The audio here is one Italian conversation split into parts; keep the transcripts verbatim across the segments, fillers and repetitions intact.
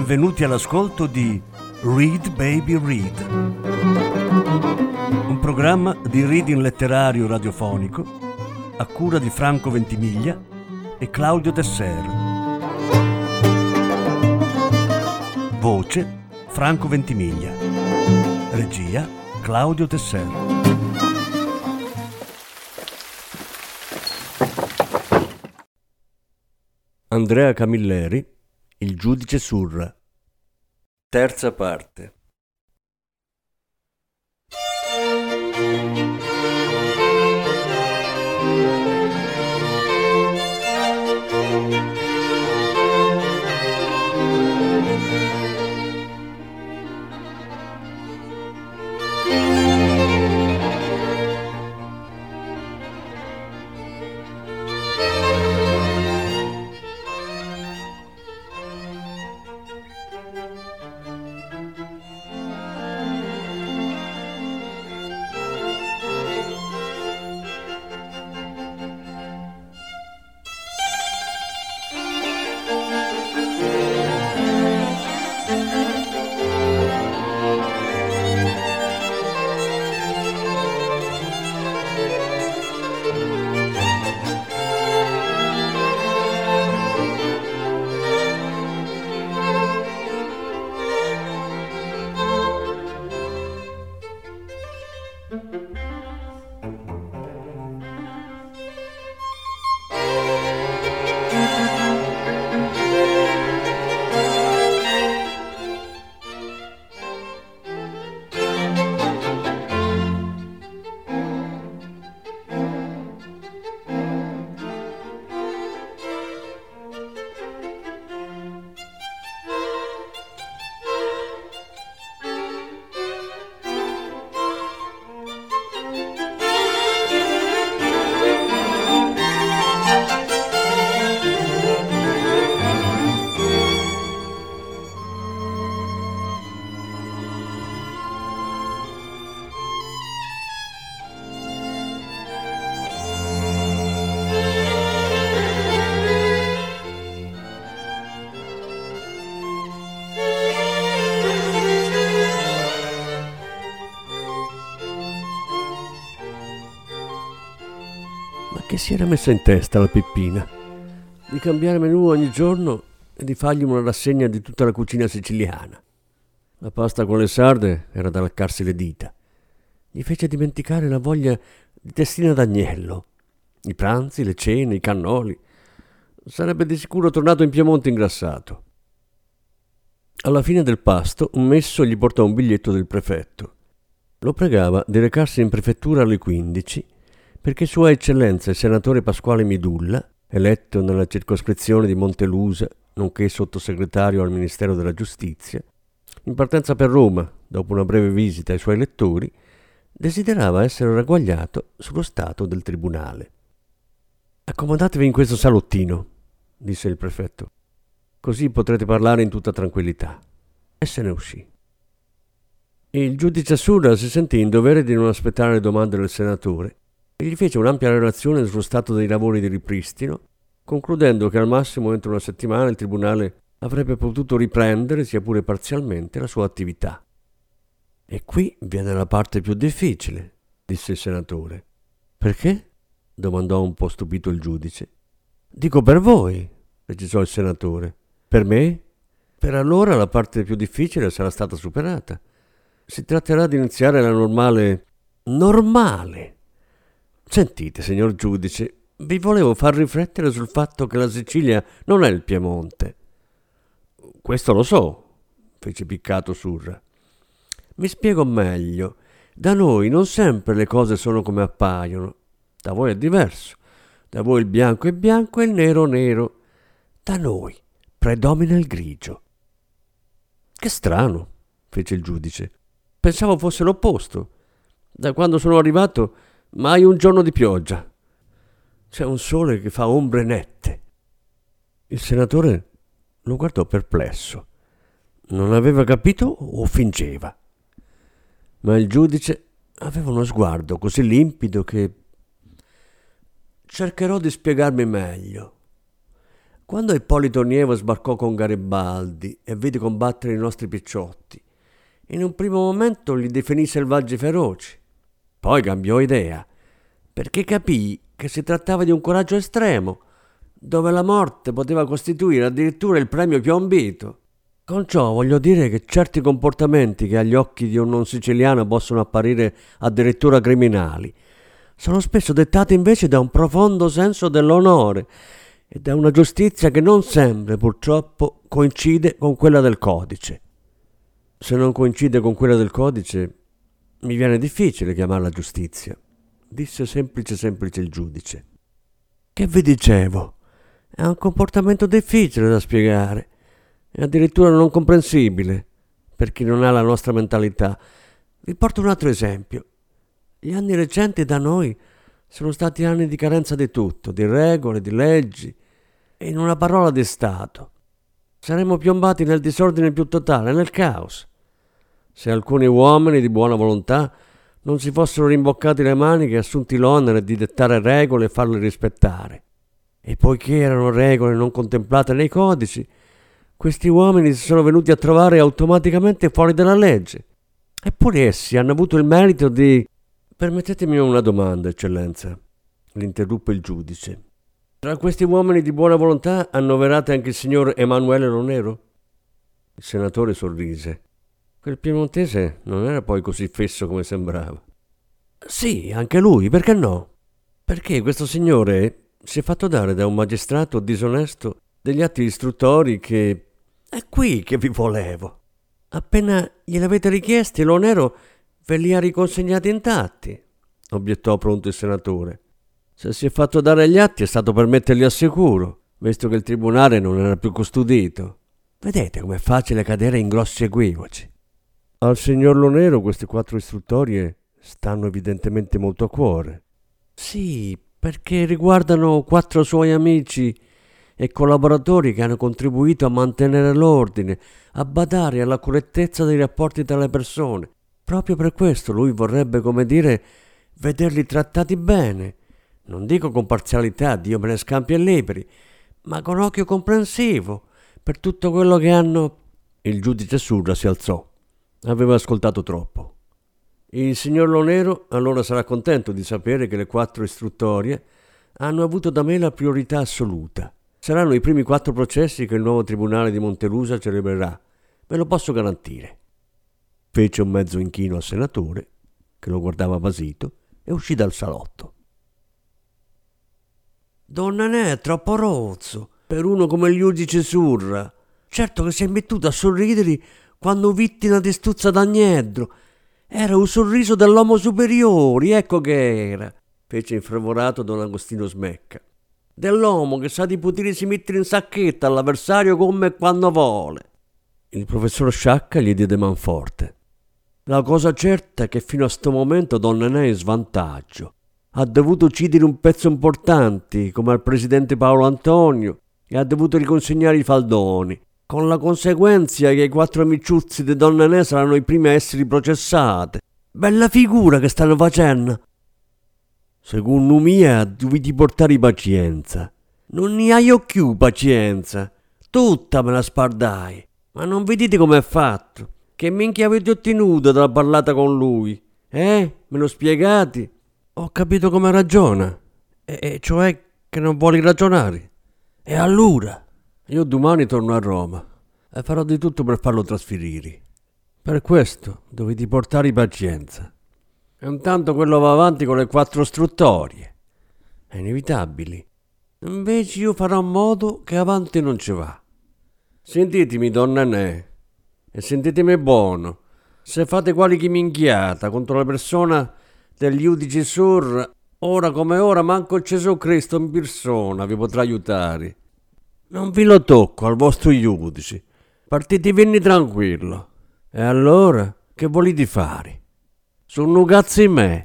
benvenuti all'ascolto di Read Baby Read, un programma di reading letterario radiofonico a cura di Franco Ventimiglia e Claudio Tesser. Voce Franco Ventimiglia. Regia Claudio Tesser. Andrea Camilleri, Il giudice Surra. Terza parte. Che si era messa in testa la Peppina di cambiare menù ogni giorno e di fargli una rassegna di tutta la cucina siciliana. La pasta con le sarde era da leccarsi le dita. Gli fece dimenticare la voglia di testina d'agnello, i pranzi, le cene, i cannoli. Sarebbe di sicuro tornato in Piemonte ingrassato. Alla fine del pasto un messo gli portò un biglietto del prefetto. Lo pregava di recarsi in prefettura alle quindici perché Sua Eccellenza il senatore Pasquale Midulla, eletto nella circoscrizione di Montelusa, nonché sottosegretario al Ministero della Giustizia, in partenza per Roma, dopo una breve visita ai suoi lettori, desiderava essere ragguagliato sullo stato del tribunale. «Accomodatevi in questo salottino», disse il prefetto, «così potrete parlare in tutta tranquillità». E se ne uscì. Il giudice Surra si sentì in dovere di non aspettare le domande del senatore e gli fece un'ampia relazione sullo stato dei lavori di ripristino, concludendo che al massimo entro una settimana il tribunale avrebbe potuto riprendere, sia pure parzialmente, la sua attività. «E qui viene la parte più difficile», disse il senatore. «Perché?» domandò un po' stupito il giudice. «Dico per voi», precisò il senatore. «Per me? Per allora la parte più difficile sarà stata superata. Si tratterà di iniziare la normale... normale! Sentite, signor giudice, vi volevo far riflettere sul fatto che la Sicilia non è il Piemonte». «Questo lo so», fece piccato Surra. «Mi spiego meglio. Da noi non sempre le cose sono come appaiono. Da voi è diverso. Da voi il bianco è bianco e il nero nero. Da noi predomina il grigio». «Che strano», fece il giudice. «Pensavo fosse l'opposto. Da quando sono arrivato mai un giorno di pioggia. C'è un sole che fa ombre nette». Il senatore lo guardò perplesso. Non aveva capito o fingeva? Ma il giudice aveva uno sguardo così limpido che... «Cercherò di spiegarmi meglio. Quando Ippolito Nievo sbarcò con Garibaldi e vide combattere i nostri picciotti, in un primo momento li definì selvaggi feroci. Poi cambiò idea, perché capì che si trattava di un coraggio estremo, dove la morte poteva costituire addirittura il premio più ambito. Con ciò voglio dire che certi comportamenti che agli occhi di un non siciliano possono apparire addirittura criminali, sono spesso dettati invece da un profondo senso dell'onore e da una giustizia che non sempre, purtroppo, coincide con quella del codice. Se non coincide con quella del codice, mi viene difficile chiamarla giustizia, disse semplice semplice il giudice. Che vi dicevo? È un comportamento difficile da spiegare e addirittura non comprensibile per chi non ha la nostra mentalità. Vi porto un altro esempio. Gli anni recenti da noi sono stati anni di carenza di tutto, di regole, di leggi e in una parola di Stato. Saremmo piombati nel disordine più totale, nel caos, se alcuni uomini di buona volontà non si fossero rimboccati le maniche e assunti l'onere di dettare regole e farle rispettare. E poiché erano regole non contemplate nei codici, questi uomini si sono venuti a trovare automaticamente fuori dalla legge. Eppure essi hanno avuto il merito di... Permettetemi una domanda, eccellenza, l'interruppe il giudice. Tra questi uomini di buona volontà annoverate anche il signor Emanuele Lonero? Il senatore sorrise. Quel piemontese non era poi così fesso come sembrava. Sì, anche lui, perché no? Perché questo signore si è fatto dare da un magistrato disonesto degli atti istruttori che... È qui che vi volevo. Appena gliel'avete richiesti, Lonero ve li ha riconsegnati intatti, obiettò pronto il senatore. Se si è fatto dare gli atti è stato per metterli al sicuro, visto che il tribunale non era più custodito. Vedete com'è facile cadere in grossi equivoci. Al signor Lonero queste quattro istruttorie stanno evidentemente molto a cuore. Sì, perché riguardano quattro suoi amici e collaboratori che hanno contribuito a mantenere l'ordine, a badare alla correttezza dei rapporti tra le persone. Proprio per questo lui vorrebbe, come dire, vederli trattati bene. Non dico con parzialità, Dio me ne scampi e liberi, ma con occhio comprensivo per tutto quello che hanno... Il giudice Surra si alzò. Aveva ascoltato troppo. Il signor Lonero allora sarà contento di sapere che le quattro istruttorie hanno avuto da me la priorità assoluta. Saranno i primi quattro processi che il nuovo tribunale di Montelusa celebrerà. Ve lo posso garantire. Fece un mezzo inchino al senatore, che lo guardava basito, e uscì dal salotto. Donna Ne è troppo rozzo per uno come il giudice Surra. Certo che si è mettuto a sorridere quando vitti una testuzza d'agnedro. Era un sorriso dell'uomo superiore, ecco che era, fece infrevorato don Agostino Smecca. Dell'uomo che sa di potersi mettere in sacchetta all'avversario come e quando vuole. Il professor Sciacca gli diede manforte. La cosa certa è che fino a sto momento Don Nenè è in svantaggio. Ha dovuto uccidere un pezzo importante, come al presidente Paolo Antonio, e ha dovuto riconsegnare i faldoni, con la conseguenza che i quattro amiciuzzi di Don Nenè saranno i primi a essere processati. Bella figura che stanno facendo! Secondo me dovete portare pazienza. Non ne ho più pazienza. Tutta me la spardai. Ma non vedete com'è fatto? Che minchia avete ottenuto dalla parlata con lui? Eh? Me lo spiegate? Ho capito come ragiona. E, e cioè che non vuole ragionare. E allora? Io domani torno a Roma e farò di tutto per farlo trasferire. Per questo dovete portare pazienza. E intanto quello va avanti con le quattro istruttorie. È inevitabile. Invece io farò in modo che avanti non ci va. Sentitemi, donna Ne, e sentitemi buono. Se fate qualche minchiata contro la persona del giudice Surra, ora come ora manco Gesù Cristo in persona vi potrà aiutare. Non vi lo tocco al vostro giudice. Partitevi tranquillo. E allora, che volete fare? Sono cazzi me.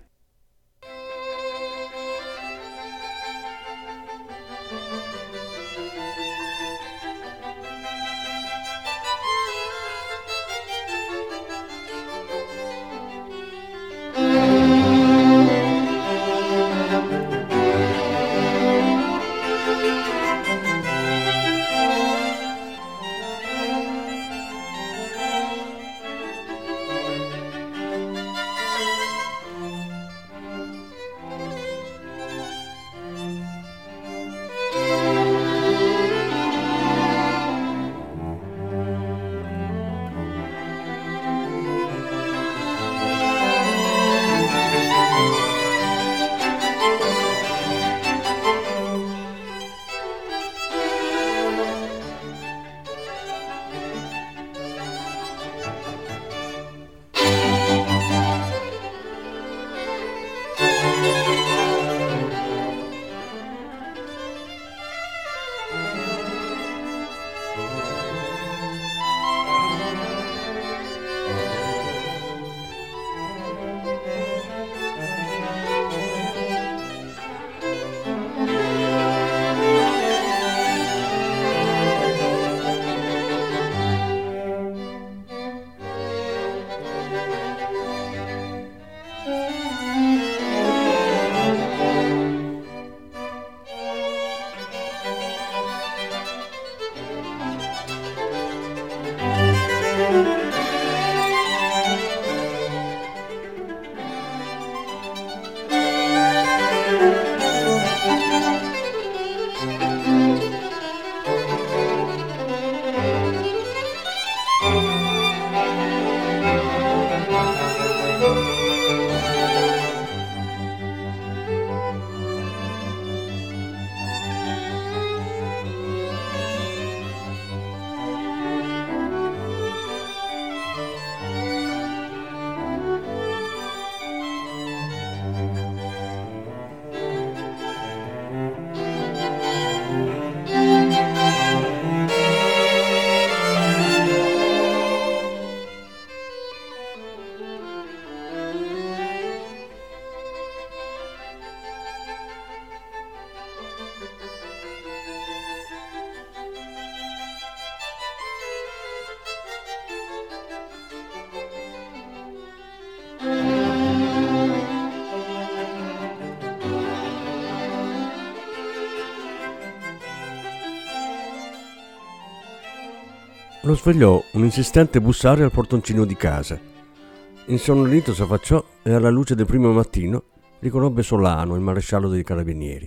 Lo svegliò un insistente bussare al portoncino di casa. Insonorito s'affacciò e alla luce del primo mattino riconobbe Solano, il maresciallo dei carabinieri.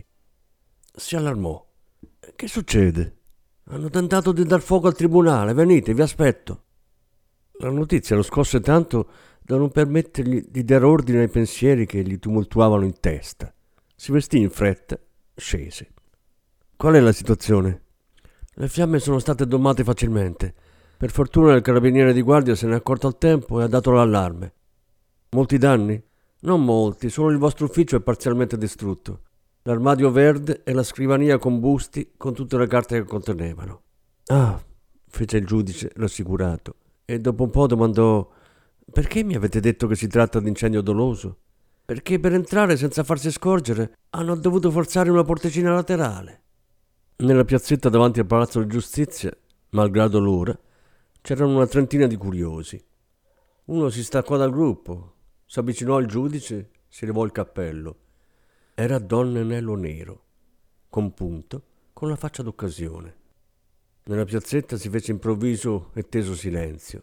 Si allarmò. Che succede? Hanno tentato di dar fuoco al tribunale, venite, vi aspetto. La notizia lo scosse tanto da non permettergli di dare ordine ai pensieri che gli tumultuavano in testa. Si vestì in fretta, scese. Qual è la situazione? Le fiamme sono state domate facilmente. Per fortuna il carabiniere di guardia se ne è accorto al tempo e ha dato l'allarme. Molti danni? Non molti, solo il vostro ufficio è parzialmente distrutto. L'armadio verde e la scrivania con busti con tutte le carte che contenevano. Ah, fece il giudice rassicurato e dopo un po' domandò: perché mi avete detto che si tratta di incendio doloso? Perché per entrare senza farsi scorgere hanno dovuto forzare una porticina laterale. Nella piazzetta davanti al Palazzo di Giustizia, malgrado l'ora, c'erano una trentina di curiosi. Uno si staccò dal gruppo, s'avvicinò al giudice, si levò il cappello. Era Don Nenelo Nero, compunto, con la faccia d'occasione. Nella piazzetta si fece improvviso e teso silenzio.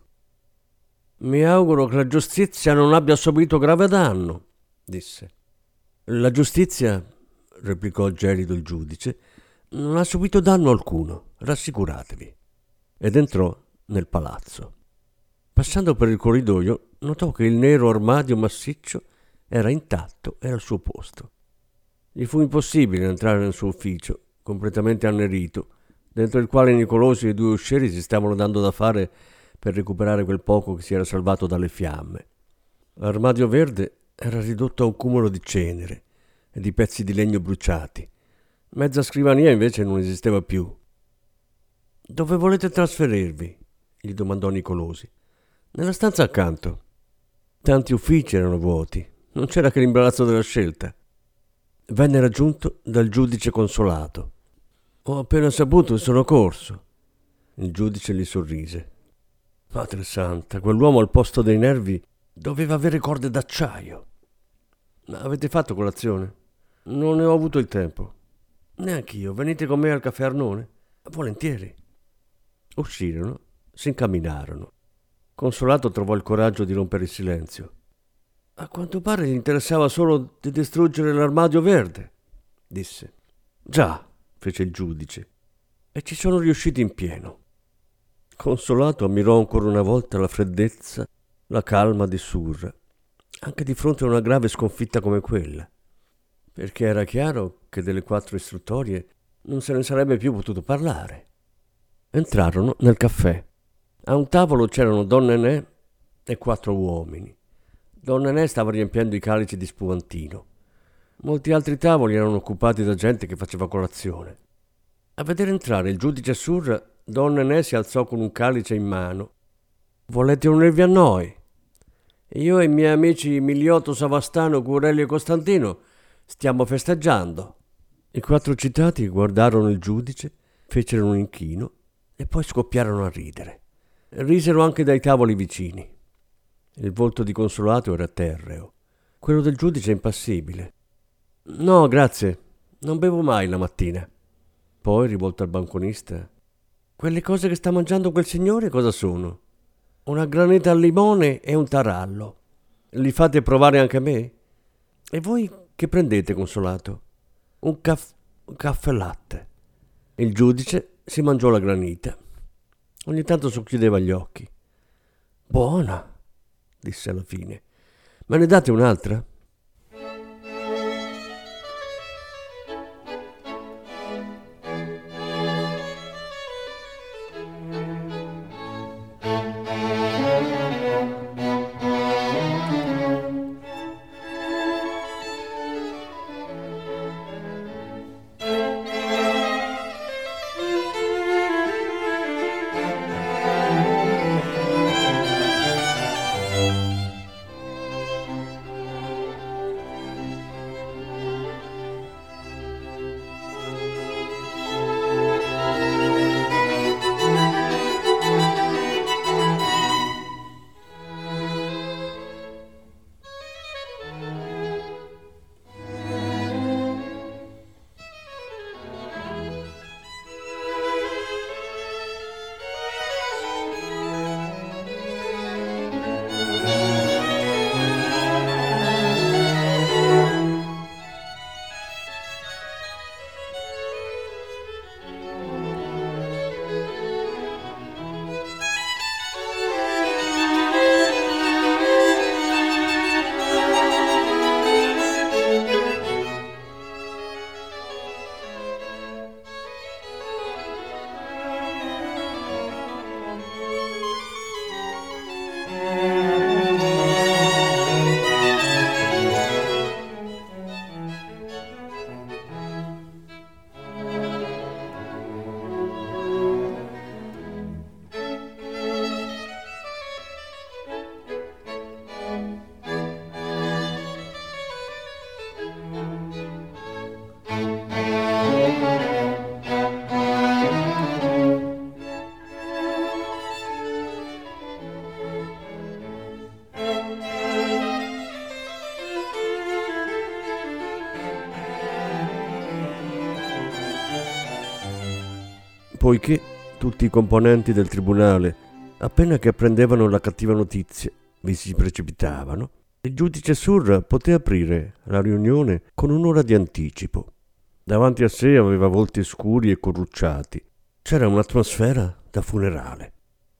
Mi auguro che la giustizia non abbia subito grave danno, disse. La giustizia, replicò gelido il giudice, non ha subito danno alcuno, rassicuratevi. Ed entrò nel palazzo. Passando per il corridoio, notò che il nero armadio massiccio era intatto e al suo posto. Gli fu impossibile entrare nel suo ufficio, completamente annerito, dentro il quale Nicolosi e i due uscieri si stavano dando da fare per recuperare quel poco che si era salvato dalle fiamme. L'armadio verde era ridotto a un cumulo di cenere e di pezzi di legno bruciati. Mezza scrivania invece non esisteva più. «Dove volete trasferirvi?» gli domandò Nicolosi. «Nella stanza accanto». Tanti uffici erano vuoti, non c'era che l'imbarazzo della scelta. Venne raggiunto dal giudice Consolato. «Ho appena saputo e sono corso». Il giudice gli sorrise. «Madre santa, quell'uomo al posto dei nervi doveva avere corde d'acciaio». «Avete fatto colazione?» «Non ne ho avuto il tempo». «Neanch'io. Venite con me al caffè Arnone?» «Volentieri». Uscirono, si incamminarono. Consolato trovò il coraggio di rompere il silenzio. «A quanto pare gli interessava solo di distruggere l'armadio verde», disse. «Già», fece il giudice, «e ci sono riusciti in pieno». Consolato ammirò ancora una volta la freddezza, la calma di Surra, anche di fronte a una grave sconfitta come quella, perché era chiaro che delle quattro istruttorie non se ne sarebbe più potuto parlare. Entrarono nel caffè. A un tavolo c'erano Don Nenè e quattro uomini. Don Nenè stava riempiendo i calici di spumantino. Molti altri tavoli erano occupati da gente che faceva colazione. A vedere entrare il giudice Surra, Don Nenè si alzò con un calice in mano. «Volete unirvi a noi?» «Io e i miei amici Miliotto, Savastano, Curelli e Costantino stiamo festeggiando». I quattro citati guardarono il giudice, fecero un inchino e poi scoppiarono a ridere. Risero anche dai tavoli vicini. Il volto di Consolato era terreo, quello del giudice impassibile. «No, grazie, non bevo mai la mattina». Poi, rivolto al banconista: «Quelle cose che sta mangiando quel signore cosa sono?» «Una granita al limone e un tarallo. Li fate provare anche a me?» «E voi che prendete, Consolato?» «Un, caff- un caffè latte». Il giudice si mangiò la granita. Ogni tanto socchiudeva gli occhi. «Buona», disse alla fine. Me ne date un'altra? Poiché tutti i componenti del tribunale, appena che apprendevano la cattiva notizia, vi si precipitavano, il giudice Surra poté aprire la riunione con un'ora di anticipo. Davanti a sé aveva volti scuri e corrucciati. C'era un'atmosfera da funerale.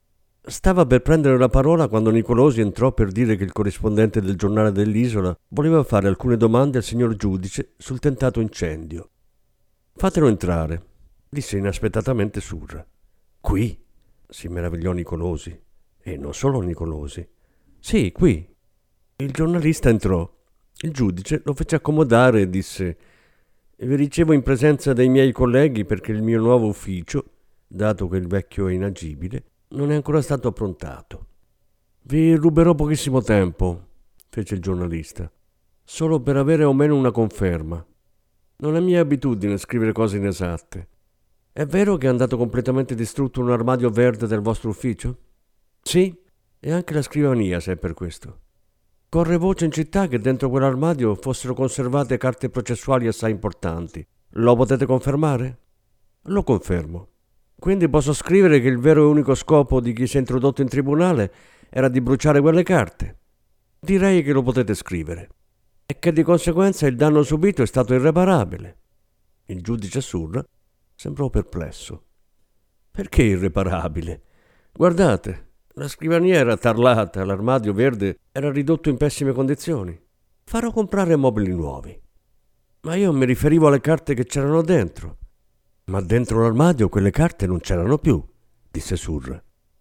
Stava per prendere la parola quando Nicolosi entrò per dire che il corrispondente del giornale dell'isola voleva fare alcune domande al signor giudice sul tentato incendio. «Fatelo entrare», disse inaspettatamente Surra. «Qui?» si meravigliò Nicolosi. E non solo Nicolosi. «Sì, qui». Il giornalista entrò. Il giudice lo fece accomodare e disse: «Vi ricevo in presenza dei miei colleghi perché il mio nuovo ufficio, dato che il vecchio è inagibile, non è ancora stato approntato». «Vi ruberò pochissimo tempo», fece il giornalista, «solo per avere o meno una conferma. Non è mia abitudine scrivere cose inesatte. È vero che è andato completamente distrutto un armadio verde del vostro ufficio?» «Sì, e anche la scrivania, se è per questo. Corre voce in città che dentro quell'armadio fossero conservate carte processuali assai importanti. Lo potete confermare?» «Lo confermo. Quindi posso scrivere che il vero e unico scopo di chi si è introdotto in tribunale era di bruciare quelle carte?» «Direi che lo potete scrivere. E che di conseguenza il danno subito è stato irreparabile». Il giudice Surra sembrò perplesso. «Perché irreparabile? Guardate, la scrivania era tarlata, l'armadio verde era ridotto in pessime condizioni. Farò comprare mobili nuovi». «Ma io mi riferivo alle carte che c'erano dentro». «Ma dentro l'armadio quelle carte non c'erano più», disse Surra.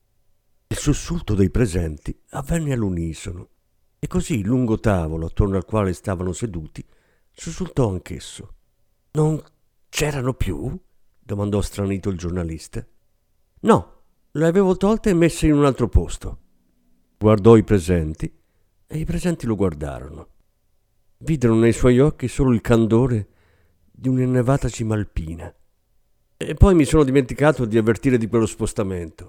Il sussulto dei presenti avvenne all'unisono, e così il lungo tavolo attorno al quale stavano seduti sussultò anch'esso. «Non c'erano più?» domandò stranito il giornalista. «No, le avevo tolte e messe in un altro posto». Guardò i presenti e i presenti lo guardarono. Videro nei suoi occhi solo il candore di un'innevata cima alpina. «E poi mi sono dimenticato di avvertire di quello spostamento».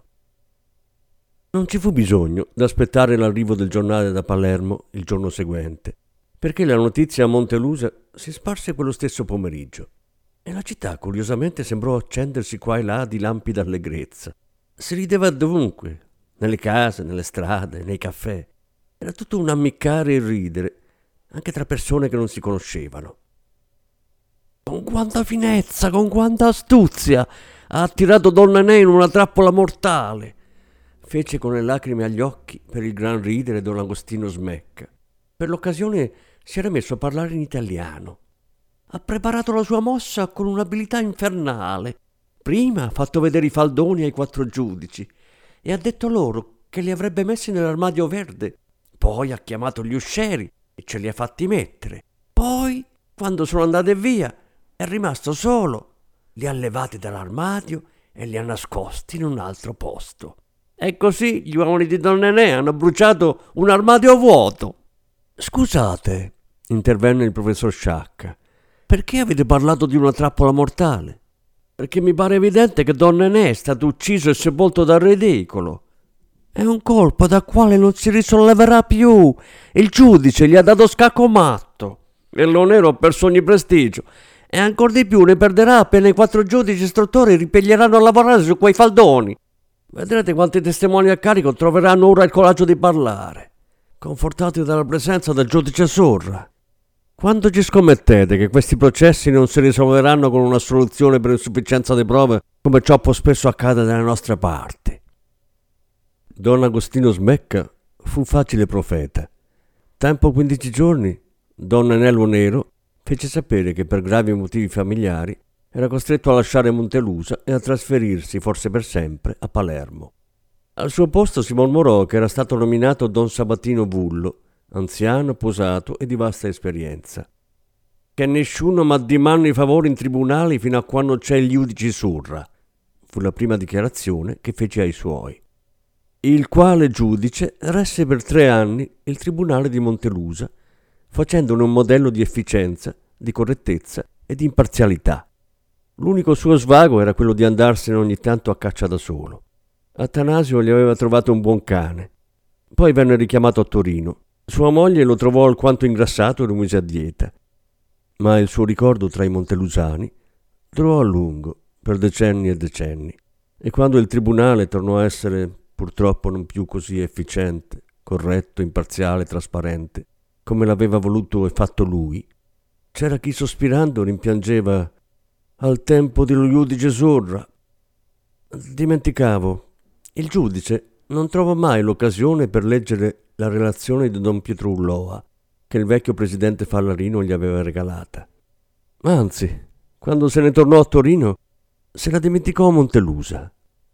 Non ci fu bisogno d'aspettare l'arrivo del giornale da Palermo il giorno seguente, perché la notizia a Montelusa si sparse quello stesso pomeriggio. E la città curiosamente sembrò accendersi qua e là di lampi d'allegrezza. Si rideva dovunque, nelle case, nelle strade, nei caffè. Era tutto un ammiccare e ridere, anche tra persone che non si conoscevano. «Con quanta finezza, con quanta astuzia ha attirato Don Nenè in una trappola mortale!» fece con le lacrime agli occhi per il gran ridere don Agostino Smecca. Per l'occasione si era messo a parlare in italiano. Ha preparato la sua mossa con un'abilità infernale. Prima ha fatto vedere i faldoni ai quattro giudici e ha detto loro che li avrebbe messi nell'armadio verde. Poi ha chiamato gli uscieri e ce li ha fatti mettere. Poi, quando sono andate via, è rimasto solo. Li ha levati dall'armadio e li ha nascosti in un altro posto. E così gli uomini di Don Nenè hanno bruciato un armadio vuoto. Scusate, intervenne il professor Sciacca, perché avete parlato di una trappola mortale? Perché mi pare evidente che Don Nenè è stato ucciso e sepolto dal ridicolo. È un colpo dal quale non si risolleverà più. Il giudice gli ha dato scacco matto. E Lonero ha perso ogni prestigio. E ancor di più ne perderà appena i quattro giudici istruttori ripiglieranno a lavorare su quei faldoni. Vedrete quanti testimoni a carico troveranno ora il coraggio di parlare, confortati dalla presenza del giudice Surra. Quando ci scommettete che questi processi non si risolveranno con una soluzione per insufficienza di prove, come troppo spesso accade dalle nostre parti? Don Agostino Smecca fu facile profeta. Tempo quindici giorni, Don Nenello Nero fece sapere che per gravi motivi familiari era costretto a lasciare Montelusa e a trasferirsi, forse per sempre, a Palermo. Al suo posto si mormorò che era stato nominato Don Sabatino Vullo, anziano, posato e di vasta esperienza. Che nessuno m'ha di mano i favori in tribunali fino a quando c'è il giudice Surra, fu la prima dichiarazione che fece ai suoi. Il quale giudice resse per tre anni il tribunale di Montelusa, facendone un modello di efficienza, di correttezza e di imparzialità. L'unico suo svago era quello di andarsene ogni tanto a caccia da solo. Atanasio gli aveva trovato un buon cane. Poi venne richiamato a Torino. Sua moglie lo trovò alquanto ingrassato e lo mise a dieta. Ma il suo ricordo tra i montelusani durò a lungo, per decenni e decenni. E quando il tribunale tornò a essere, purtroppo, non più così efficiente, corretto, imparziale, trasparente, come l'aveva voluto e fatto lui, c'era chi sospirando rimpiangeva al tempo dello giudice Surra. Dimenticavo, il giudice non trovò mai l'occasione per leggere la relazione di Don Pietro Ulloa che il vecchio presidente Fallarino gli aveva regalata. Anzi, quando se ne tornò a Torino, se la dimenticò a Montelusa.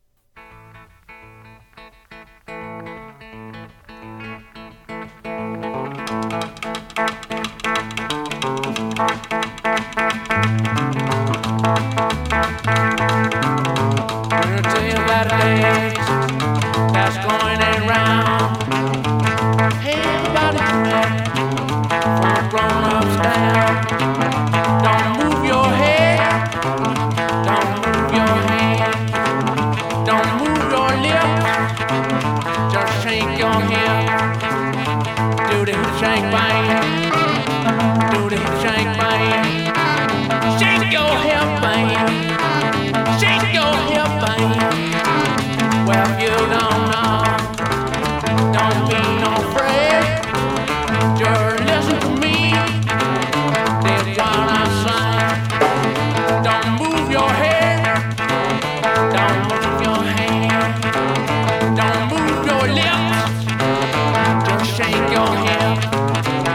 That's going around. Hey, everybody tonight, from grown-ups down. Don't move your head, don't move your hand, don't move your lips, just shake your head. Do the shake bang, do the shake bang, shake your hip bang, shake your hip bang. Well, you don't know, don't be no afraid, just listen to me, this what I say. Don't move your head, don't move your hand, don't move your lips, just shake your head.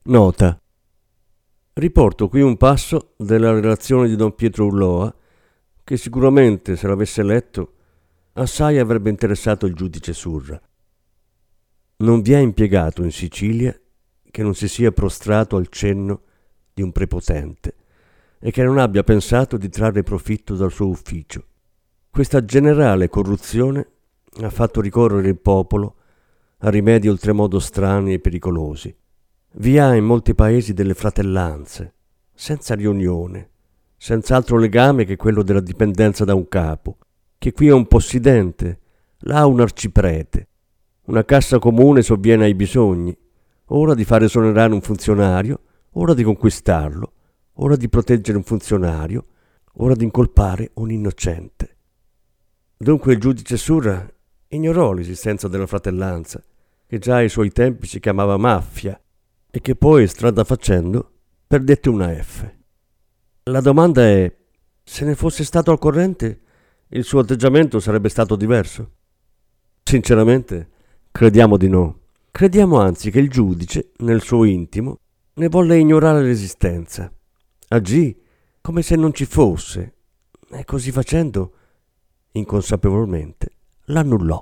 Nota. Riporto qui un passo della relazione di Don Pietro Ulloa che sicuramente, se l'avesse letto, assai avrebbe interessato il giudice Surra. Non vi è impiegato in Sicilia che non si sia prostrato al cenno di un prepotente e che non abbia pensato di trarre profitto dal suo ufficio. Questa generale corruzione ha fatto ricorrere il popolo a rimedi oltremodo strani e pericolosi. Vi ha in molti paesi delle fratellanze, senza riunione, senza altro legame che quello della dipendenza da un capo, che qui è un possidente, là un arciprete. Una cassa comune sovviene ai bisogni, ora di fare esonerare un funzionario, ora di conquistarlo, ora di proteggere un funzionario, ora di incolpare un innocente. Dunque il giudice Surra ignorò l'esistenza della fratellanza, che già ai suoi tempi si chiamava mafia e che poi, strada facendo, perdette una F. La domanda è: se ne fosse stato al corrente, il suo atteggiamento sarebbe stato diverso? Sinceramente, crediamo di no. Crediamo anzi che il giudice, nel suo intimo, ne volle ignorare l'esistenza. Agì come se non ci fosse e così facendo, inconsapevolmente, l'annullò.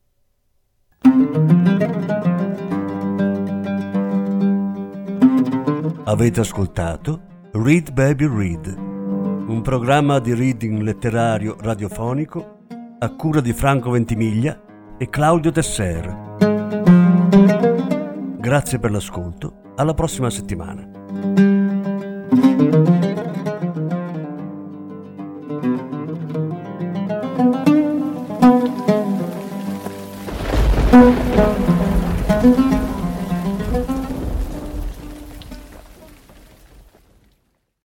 Avete ascoltato Read Baby Read, un programma di reading letterario radiofonico a cura di Franco Ventimiglia e Claudio Tesser. Grazie per l'ascolto, alla prossima settimana. Thank you.